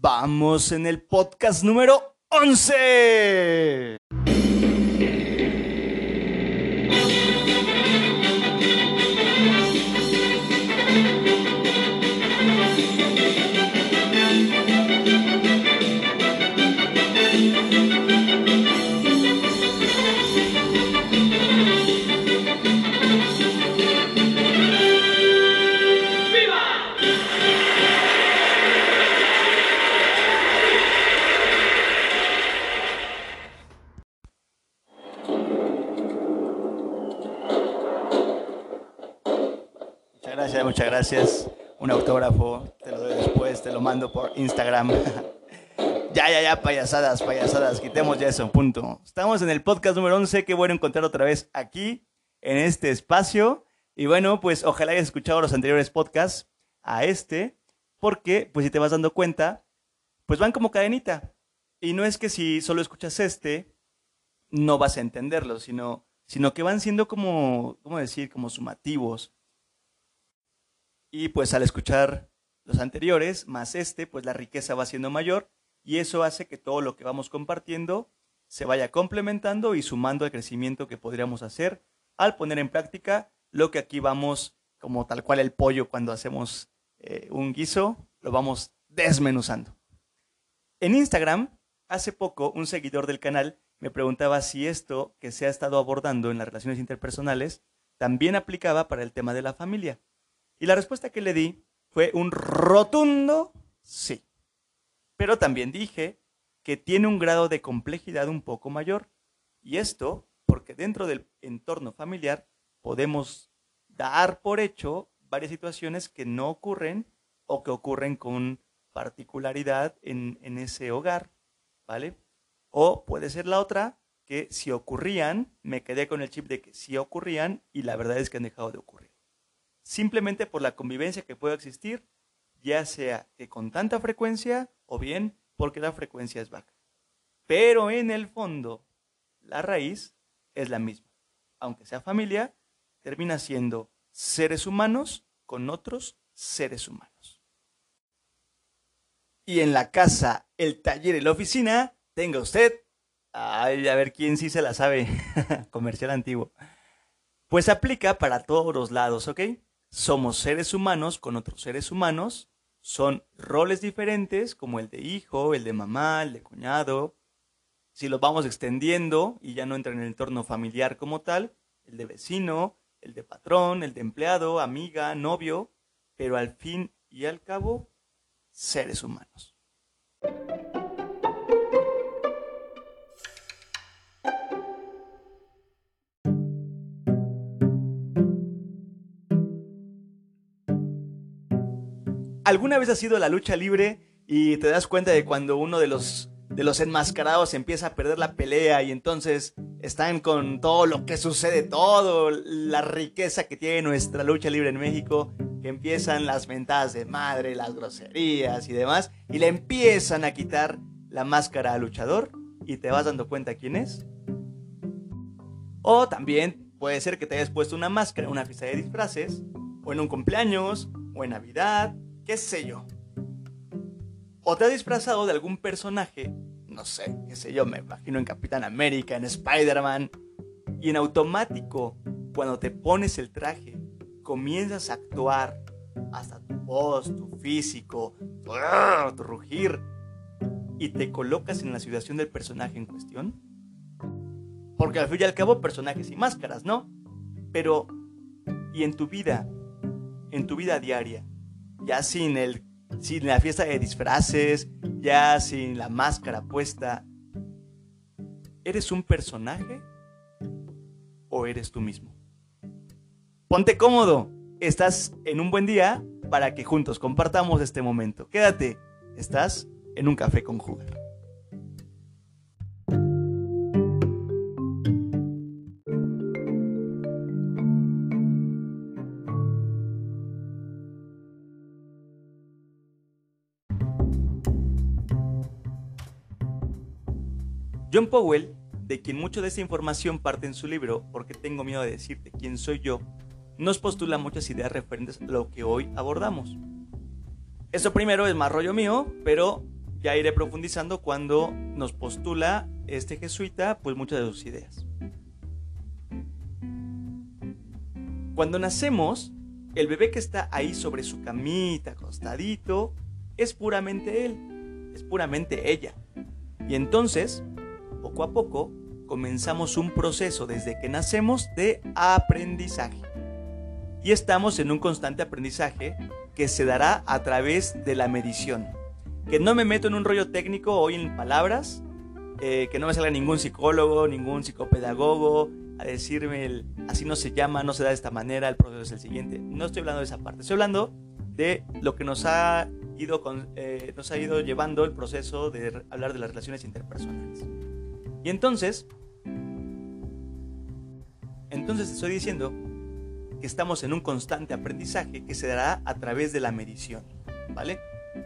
Vamos en el podcast número 11. Muchas gracias. Un autógrafo, te lo doy después, te lo mando por Instagram. Ya, payasadas, quitemos ya eso, punto. Estamos en el podcast número 11, qué bueno encontrar otra vez aquí, en este espacio. Y bueno, pues ojalá hayas escuchado los anteriores podcasts a este, porque pues si te vas dando cuenta, pues van como cadenita. Y no es que si solo escuchas este, no vas a entenderlo, sino que van siendo como, ¿cómo decir? Como sumativos. Y pues al escuchar los anteriores, más este, pues la riqueza va siendo mayor y eso hace que todo lo que vamos compartiendo se vaya complementando y sumando al crecimiento que podríamos hacer al poner en práctica lo que aquí vamos, como tal cual el pollo cuando hacemos un guiso, lo vamos desmenuzando. En Instagram, hace poco, un seguidor del canal me preguntaba si esto que se ha estado abordando en las relaciones interpersonales también aplicaba para el tema de la familia. Y la respuesta que le di fue un rotundo sí. Pero también dije que tiene un grado de complejidad un poco mayor. Y esto porque dentro del entorno familiar podemos dar por hecho varias situaciones que no ocurren o que ocurren con particularidad en ese hogar, ¿vale? O puede ser la otra, que si ocurrían, me quedé con el chip de que sí ocurrían y la verdad es que han dejado de ocurrir. Simplemente por la convivencia que pueda existir, ya sea que con tanta frecuencia o bien porque la frecuencia es baja. Pero en el fondo, la raíz es la misma. Aunque sea familia, termina siendo seres humanos con otros seres humanos. Y en la casa, el taller y la oficina, tenga usted, a ver quién sí se la sabe, comercial antiguo. Pues aplica para todos los lados, ¿ok? Somos seres humanos con otros seres humanos, son roles diferentes como el de hijo, el de mamá, el de cuñado. Si los vamos extendiendo y ya no entra en el entorno familiar como tal, el de vecino, el de patrón, el de empleado, amiga, novio, pero al fin y al cabo, seres humanos. ¿Alguna vez has ido a la lucha libre y te das cuenta de cuando uno de los enmascarados empieza a perder la pelea y entonces están con todo lo que sucede, todo la riqueza que tiene nuestra lucha libre en México, que empiezan las mentadas de madre, las groserías y demás, y le empiezan a quitar la máscara al luchador y te vas dando cuenta quién es? O también puede ser que te hayas puesto una máscara en una fiesta de disfraces, o en un cumpleaños, o en Navidad, qué sé yo. O te has disfrazado de algún personaje, no sé, qué sé yo, me imagino en Capitán América, en Spider-Man, y en automático, cuando te pones el traje, comienzas a actuar, hasta tu voz, tu físico, tu rugir, y te colocas en la situación del personaje en cuestión. Porque al fin y al cabo, personajes y máscaras, ¿no? Pero, ¿y en tu vida diaria? Ya sin la fiesta de disfraces, ya sin la máscara puesta, ¿eres un personaje o eres tú mismo? Ponte cómodo, estás en un buen día para que juntos compartamos este momento. Quédate, estás en un café con Jugar. John Powell, de quien mucho de esta información parte en su libro Porque tengo miedo de decirte quién soy yo, nos postula muchas ideas referentes a lo que hoy abordamos. Esto primero es más rollo mío, pero ya iré profundizando cuando nos postula este jesuita pues muchas de sus ideas. Cuando nacemos, el bebé que está ahí sobre su camita, acostadito, es puramente él, es puramente ella. Y entonces, poco a poco, comenzamos un proceso desde que nacemos de aprendizaje. Y estamos en un constante aprendizaje que se dará a través de la medición. Que no me meto en un rollo técnico hoy en palabras, que no me salga ningún psicólogo, ningún psicopedagogo a decirme así no se llama, no se da de esta manera, el proceso es el siguiente. No estoy hablando de esa parte, estoy hablando de lo que nos ha ido llevando el proceso de hablar de las relaciones interpersonales. Y entonces estoy diciendo que estamos en un constante aprendizaje que se dará a través de la medición, ¿vale?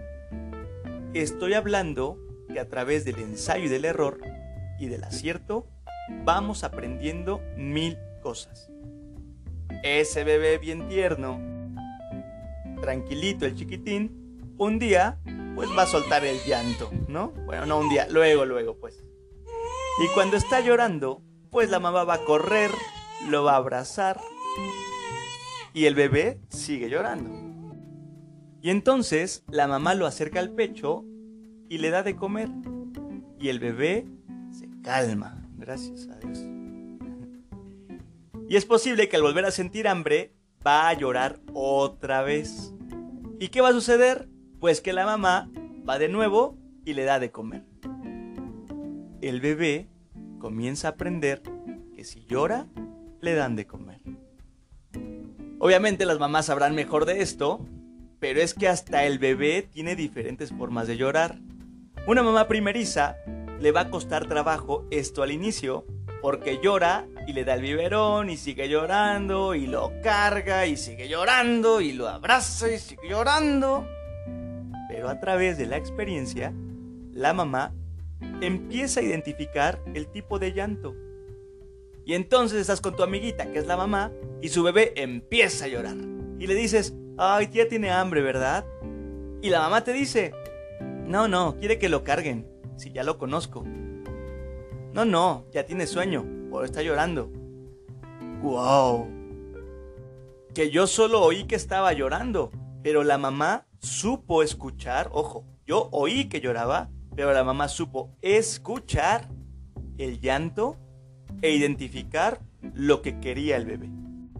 Estoy hablando que a través del ensayo y del error y del acierto vamos aprendiendo 1000 cosas. Ese bebé bien tierno, tranquilito el chiquitín, un día pues va a soltar el llanto, ¿no? Bueno, no un día, luego pues. Y cuando está llorando, pues la mamá va a correr, lo va a abrazar y el bebé sigue llorando. Y entonces la mamá lo acerca al pecho y le da de comer. Y el bebé se calma, gracias a Dios. Y es posible que al volver a sentir hambre, va a llorar otra vez. ¿Y qué va a suceder? Pues que la mamá va de nuevo y le da de comer. El bebé comienza a aprender que si llora, le dan de comer. Obviamente las mamás sabrán mejor de esto, pero es que hasta el bebé tiene diferentes formas de llorar. Una mamá primeriza le va a costar trabajo esto al inicio, porque llora y le da el biberón y sigue llorando y lo carga y sigue llorando y lo abraza y sigue llorando. Pero a través de la experiencia, la mamá empieza a identificar el tipo de llanto. Y entonces estás con tu amiguita, que es la mamá, y su bebé empieza a llorar. Y le dices, ay, tía tiene hambre, ¿verdad? Y la mamá te dice, no, quiere que lo carguen, si ya lo conozco. No, ya tiene sueño, por está llorando. ¡Wow! Que yo solo oí que estaba llorando, pero la mamá supo escuchar, ojo, yo oí que lloraba, pero la mamá supo escuchar el llanto e identificar lo que quería el bebé.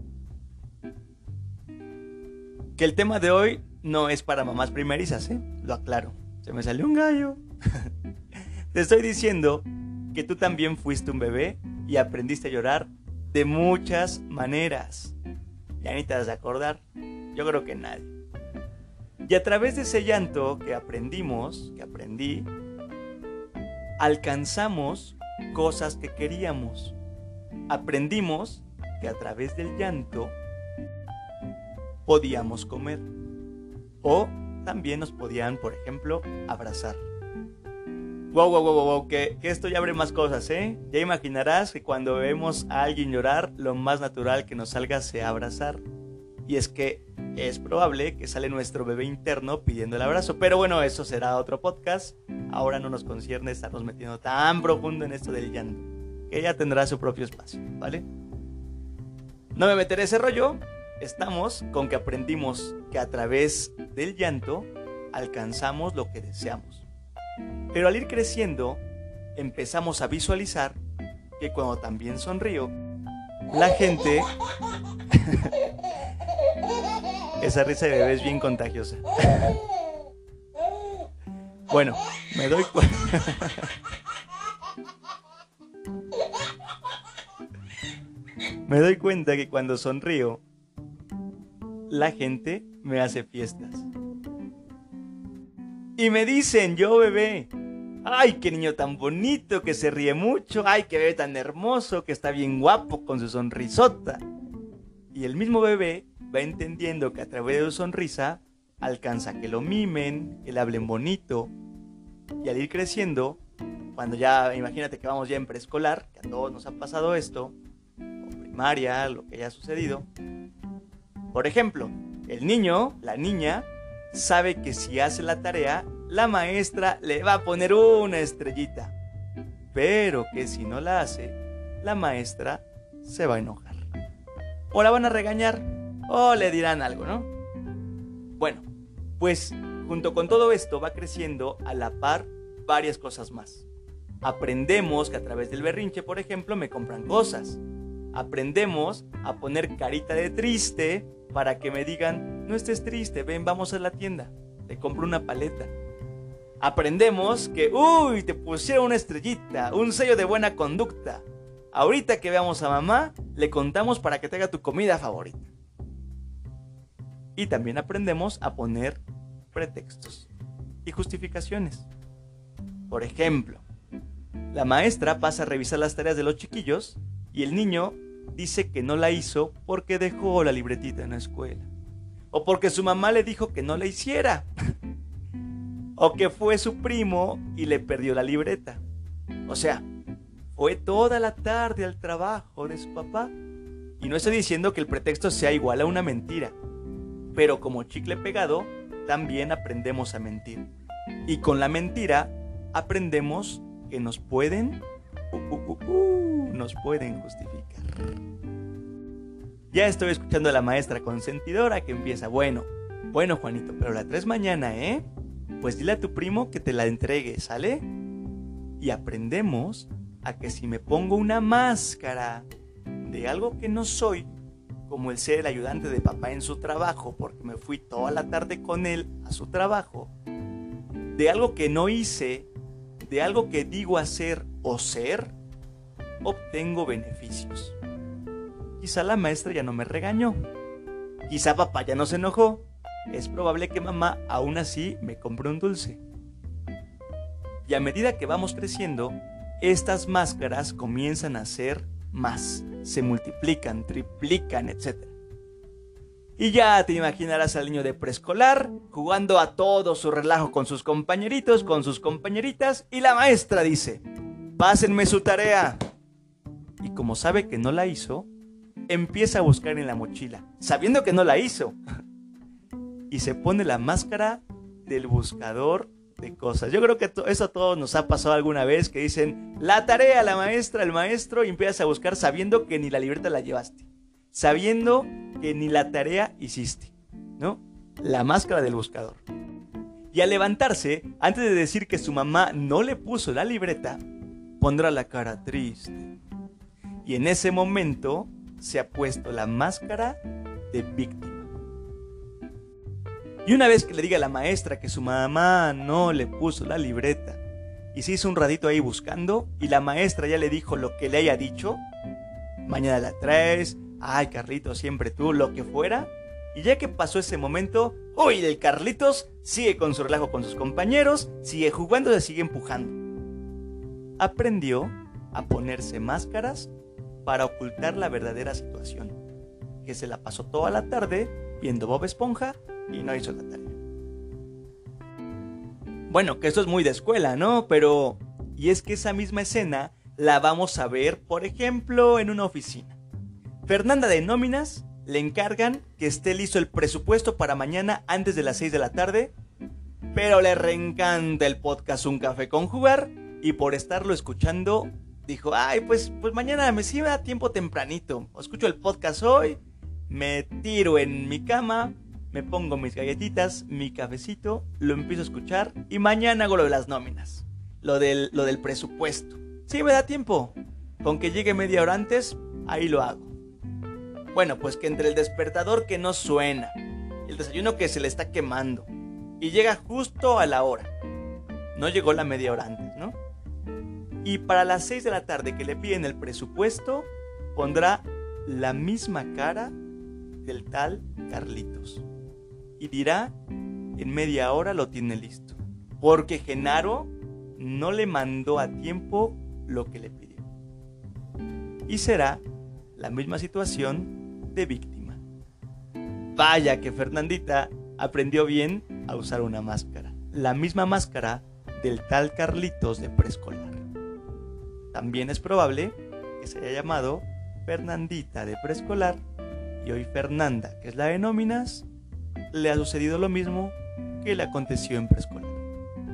Que el tema de hoy no es para mamás primerizas, lo aclaro. Se me salió un gallo. Te estoy diciendo que tú también fuiste un bebé y aprendiste a llorar de muchas maneras. Ya ni te vas a acordar. Yo creo que nadie. Y a través de ese llanto que aprendí, alcanzamos cosas que queríamos. Aprendimos que a través del llanto podíamos comer. O también nos podían, por ejemplo, abrazar. Wow, que esto ya abre más cosas, Ya imaginarás que cuando vemos a alguien llorar, lo más natural que nos salga sea abrazar. Y es que es probable que sale nuestro bebé interno pidiendo el abrazo. Pero bueno, eso será otro podcast. Ahora no nos concierne estarnos metiendo tan profundo en esto del llanto, que ya tendrá su propio espacio, ¿vale? No me meteré ese rollo. Estamos con que aprendimos que a través del llanto alcanzamos lo que deseamos. Pero al ir creciendo, empezamos a visualizar que cuando también sonrío, la gente... Esa risa de bebé es bien contagiosa. Bueno, me doy cuenta... Me doy cuenta que cuando sonrío, la gente me hace fiestas. Y me dicen, yo bebé, ay, qué niño tan bonito, que se ríe mucho, ay, qué bebé tan hermoso, que está bien guapo con su sonrisota. Y el mismo bebé va entendiendo que a través de su sonrisa alcanza que lo mimen, que le hablen bonito. Y al ir creciendo, cuando ya, imagínate que vamos ya en preescolar, que a todos nos ha pasado esto, o primaria, lo que haya sucedido. Por ejemplo, el niño, la niña, sabe que si hace la tarea, la maestra le va a poner una estrellita. Pero que si no la hace, la maestra se va a enojar. O la van a regañar, o le dirán algo, ¿no? Bueno, pues junto con todo esto va creciendo a la par varias cosas más. Aprendemos que a través del berrinche, por ejemplo, me compran cosas. Aprendemos a poner carita de triste para que me digan, no estés triste, ven, vamos a la tienda, te compro una paleta. Aprendemos que, te pusieron una estrellita, un sello de buena conducta. Ahorita que veamos a mamá, le contamos para que te haga tu comida favorita. Y también aprendemos a poner pretextos y justificaciones. Por ejemplo, la maestra pasa a revisar las tareas de los chiquillos y el niño dice que no la hizo porque dejó la libretita en la escuela. O porque su mamá le dijo que no la hiciera. O que fue su primo y le perdió la libreta. O sea, fue toda la tarde al trabajo de su papá. Y no estoy diciendo que el pretexto sea igual a una mentira. Pero como chicle pegado, también aprendemos a mentir. Y con la mentira aprendemos que nos pueden justificar. Ya estoy escuchando a la maestra consentidora que empieza, bueno Juanito, pero la traes mañana, ¿eh? Pues dile a tu primo que te la entregue, ¿sale? Y aprendemos a que si me pongo una máscara de algo que no soy, como el ser el ayudante de papá en su trabajo, porque me fui toda la tarde con él a su trabajo, de algo que no hice, de algo que digo hacer o ser, obtengo beneficios. Quizá la maestra ya no me regañó, quizá papá ya no se enojó, es probable que mamá aún así me compre un dulce. Y a medida que vamos creciendo, estas máscaras comienzan a ser más, se multiplican, triplican, etc. Y ya te imaginarás al niño de preescolar jugando a todo su relajo con sus compañeritos, con sus compañeritas, y la maestra dice, pásenme su tarea. Y como sabe que no la hizo, empieza a buscar en la mochila, sabiendo que no la hizo. Y se pone la máscara del buscador de cosas. Yo creo que eso a todos nos ha pasado alguna vez, que dicen, la tarea, la maestra, el maestro, y empiezas a buscar sabiendo que ni la libreta la llevaste, sabiendo que ni la tarea hiciste, ¿no? La máscara del buscador. Y al levantarse, antes de decir que su mamá no le puso la libreta, pondrá la cara triste. Y en ese momento se ha puesto la máscara de víctima. Y una vez que le diga a la maestra que su mamá no le puso la libreta y se hizo un ratito ahí buscando y la maestra ya le dijo lo que le haya dicho, mañana la traes, ay Carlitos, siempre tú, lo que fuera, y ya que pasó ese momento, el Carlitos sigue con su relajo con sus compañeros, sigue jugando, se sigue empujando. Aprendió a ponerse máscaras para ocultar la verdadera situación, que se la pasó toda la tarde viendo Bob Esponja y no hizo la tarea. Bueno, que esto es muy de escuela, ¿no? Pero, y es que esa misma escena la vamos a ver, por ejemplo, en una oficina. Fernanda de nóminas le encargan que esté listo el presupuesto para mañana antes de las 6 de la tarde, pero le reencanta el podcast Un Café con Jugar y por estarlo escuchando dijo, pues mañana me da tiempo tempranito, escucho el podcast hoy, me tiro en mi cama, me pongo mis galletitas, mi cafecito, lo empiezo a escuchar y mañana hago lo de las nóminas, lo del presupuesto. Sí, me da tiempo, con que llegue media hora antes, ahí lo hago. Bueno, pues que entre el despertador que no suena, el desayuno que se le está quemando y llega justo a la hora, no llegó la media hora antes, ¿no? Y para las 6 de la tarde que le piden el presupuesto, pondrá la misma cara del tal Carlitos y dirá, en media hora lo tiene listo, porque Genaro no le mandó a tiempo lo que le pidió. Y será la misma situación de víctima. Vaya que Fernandita aprendió bien a usar una máscara, la misma máscara del tal Carlitos de preescolar. También es probable que se haya llamado Fernandita de preescolar y hoy Fernanda, que es la de nóminas, le ha sucedido lo mismo que le aconteció en preescolar.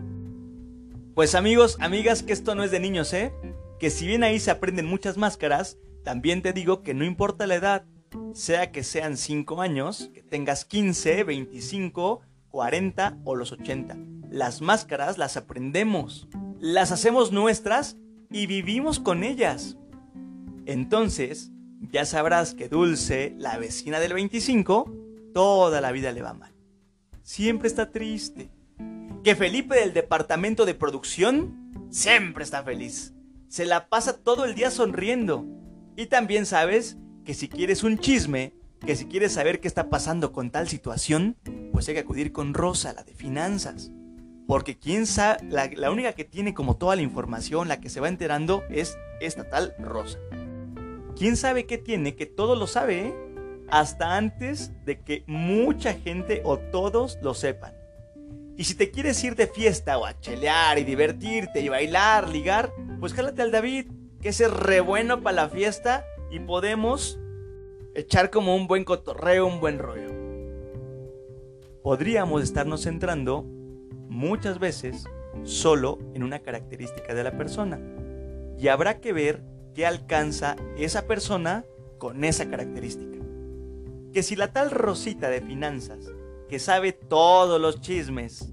Pues amigos, amigas, que esto no es de niños, que si bien ahí se aprenden muchas máscaras, también te digo que no importa la edad, sea que sean 5 años, que tengas 15, 25, 40 o los 80. Las máscaras las aprendemos, las hacemos nuestras y vivimos con ellas. Entonces, ya sabrás que Dulce, la vecina del 25, toda la vida le va mal. Siempre está triste. Que Felipe del departamento de producción siempre está feliz. Se la pasa todo el día sonriendo. Y también sabes que si quieres un chisme, que si quieres saber qué está pasando con tal situación, pues hay que acudir con Rosa, la de finanzas. Porque quién sabe, la única que tiene como toda la información, la que se va enterando, es esta tal Rosa. ¿Quién sabe qué tiene? Que todo lo sabe, hasta antes de que mucha gente o todos lo sepan. Y si te quieres ir de fiesta o a chelear y divertirte y bailar, ligar, pues jálate al David, que ese es re bueno para la fiesta y podemos echar como un buen cotorreo, un buen rollo. Podríamos estarnos centrando muchas veces solo en una característica de la persona y habrá que ver qué alcanza esa persona con esa característica. Que si la tal Rosita de finanzas, que sabe todos los chismes,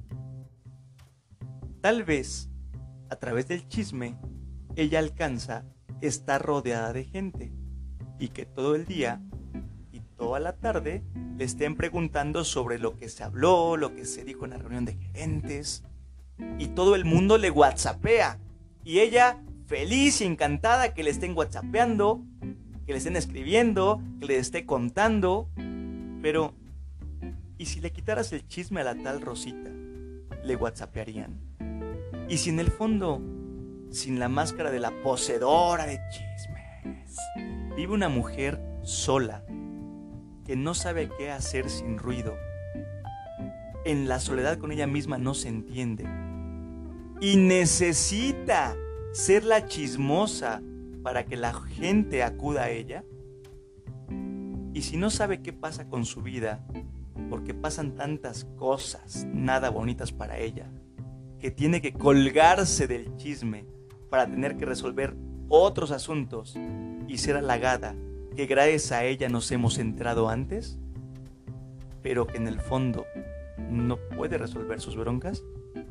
tal vez a través del chisme ella alcanza estar rodeada de gente y que todo el día y toda la tarde le estén preguntando sobre lo que se habló, lo que se dijo en la reunión de gerentes, y todo el mundo le whatsappea y ella feliz y encantada que le estén whatsappeando, que le estén escribiendo, que le esté contando. Pero ¿y si le quitaras el chisme a la tal Rosita? ¿Le whatsappearían? ¿Y si en el fondo, sin la máscara de la poseedora de chismes, vive una mujer sola, que no sabe qué hacer sin ruido? En la soledad con ella misma no se entiende y necesita ser la chismosa para que la gente acuda a ella. Y si no sabe qué pasa con su vida, porque pasan tantas cosas nada bonitas para ella, que tiene que colgarse del chisme para tener que resolver otros asuntos y ser halagada, que gracias a ella nos hemos enterado antes, pero que en el fondo no puede resolver sus broncas.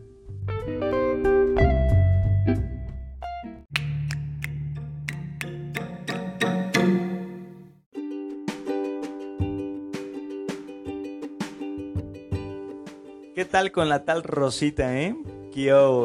¿Qué tal con la tal Rosita, ¿Qué hubo,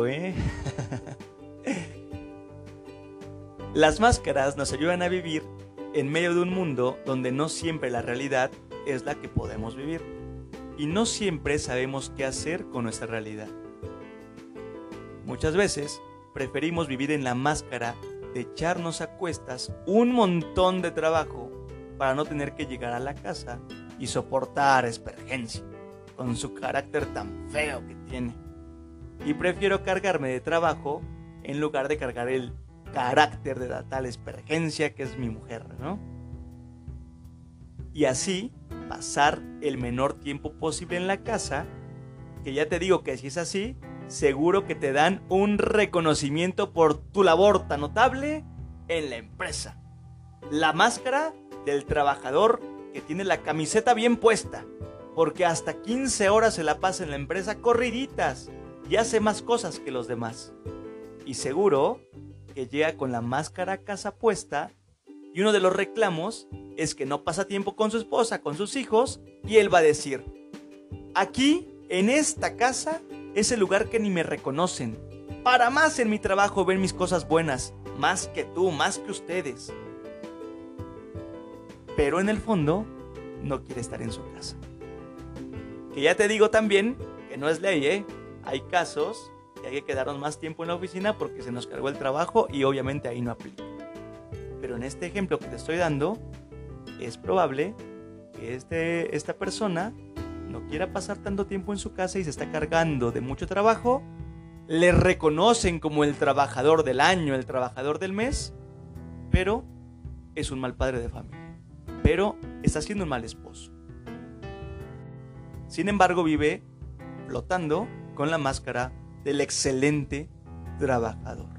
Las máscaras nos ayudan a vivir en medio de un mundo donde no siempre la realidad es la que podemos vivir y no siempre sabemos qué hacer con nuestra realidad. Muchas veces preferimos vivir en la máscara de echarnos a cuestas un montón de trabajo para no tener que llegar a la casa y soportar espergencia con su carácter tan feo que tiene. Y prefiero cargarme de trabajo en lugar de cargar el carácter de la tal espergencia que es mi mujer, ¿no? Y así pasar el menor tiempo posible en la casa, que ya te digo que si es así, seguro que te dan un reconocimiento por tu labor tan notable en la empresa. La máscara del trabajador que tiene la camiseta bien puesta, porque hasta 15 horas se la pasa en la empresa corriditas y hace más cosas que los demás. Y seguro que llega con la máscara a casa puesta y uno de los reclamos es que no pasa tiempo con su esposa, con sus hijos, y él va a decir: aquí, en esta casa, es el lugar que ni me reconocen. Para más en mi trabajo ven mis cosas buenas, más que tú, más que ustedes. Pero en el fondo, no quiere estar en su casa. Que ya te digo también que no es ley, Hay casos que hay que quedarnos más tiempo en la oficina porque se nos cargó el trabajo y obviamente ahí no aplica. Pero en este ejemplo que te estoy dando, es probable que esta persona no quiera pasar tanto tiempo en su casa y se está cargando de mucho trabajo. Le reconocen como el trabajador del año, el trabajador del mes, pero es un mal padre de familia, pero está siendo un mal esposo. Sin embargo, vive flotando con la máscara del excelente trabajador.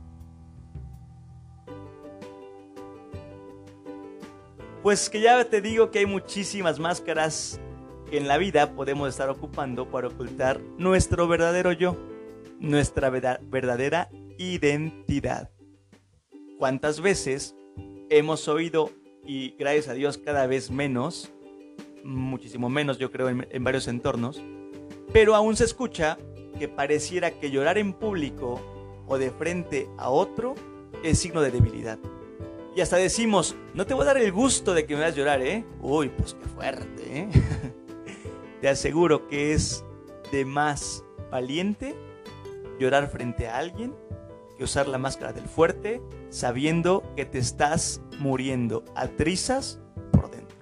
Pues que ya te digo que hay muchísimas máscaras que en la vida podemos estar ocupando para ocultar nuestro verdadero yo, nuestra verdadera identidad. ¿Cuántas veces hemos oído, y gracias a Dios cada vez menos, muchísimo menos yo creo en varios entornos, pero aún se escucha que pareciera que llorar en público o de frente a otro es signo de debilidad? Y hasta decimos, no te voy a dar el gusto de que me hagas llorar, ¿eh? Uy, pues qué fuerte, ¿eh? Te aseguro que es de más valiente llorar frente a alguien que usar la máscara del fuerte sabiendo que te estás muriendo a trizas por dentro.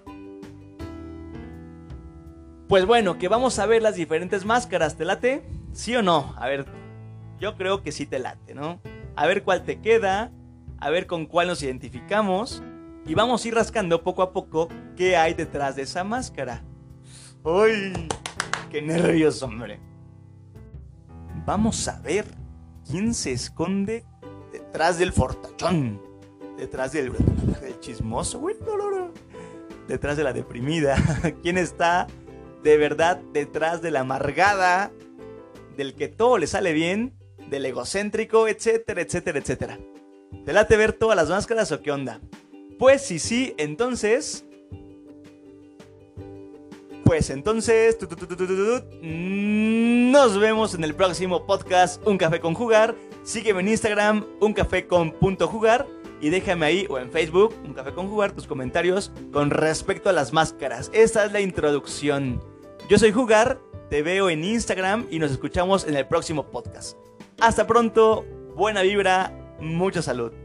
Pues bueno, que vamos a ver las diferentes máscaras, ¿te late? ¿Sí o no? A ver, yo creo que sí te late, ¿no? A ver cuál te queda, a ver con cuál nos identificamos y vamos a ir rascando poco a poco qué hay detrás de esa máscara. ¡Uy! ¡Qué nervios, hombre! Vamos a ver quién se esconde detrás del fortachón, detrás del chismoso, güey, detrás de la deprimida, quién está de verdad detrás de la amargada, del que todo le sale bien, del egocéntrico, etcétera, etcétera, etcétera. ¿Te late ver todas las máscaras o qué onda? Pues sí, entonces... nos vemos en el próximo podcast Un Café con Jugar. Sígueme en Instagram, uncafecon.jugar, y déjame ahí o en Facebook, Un Café con Jugar, tus comentarios con respecto a las máscaras. Esta es la introducción. Yo soy Jugar, te veo en Instagram y nos escuchamos en el próximo podcast. Hasta pronto, buena vibra, mucha salud.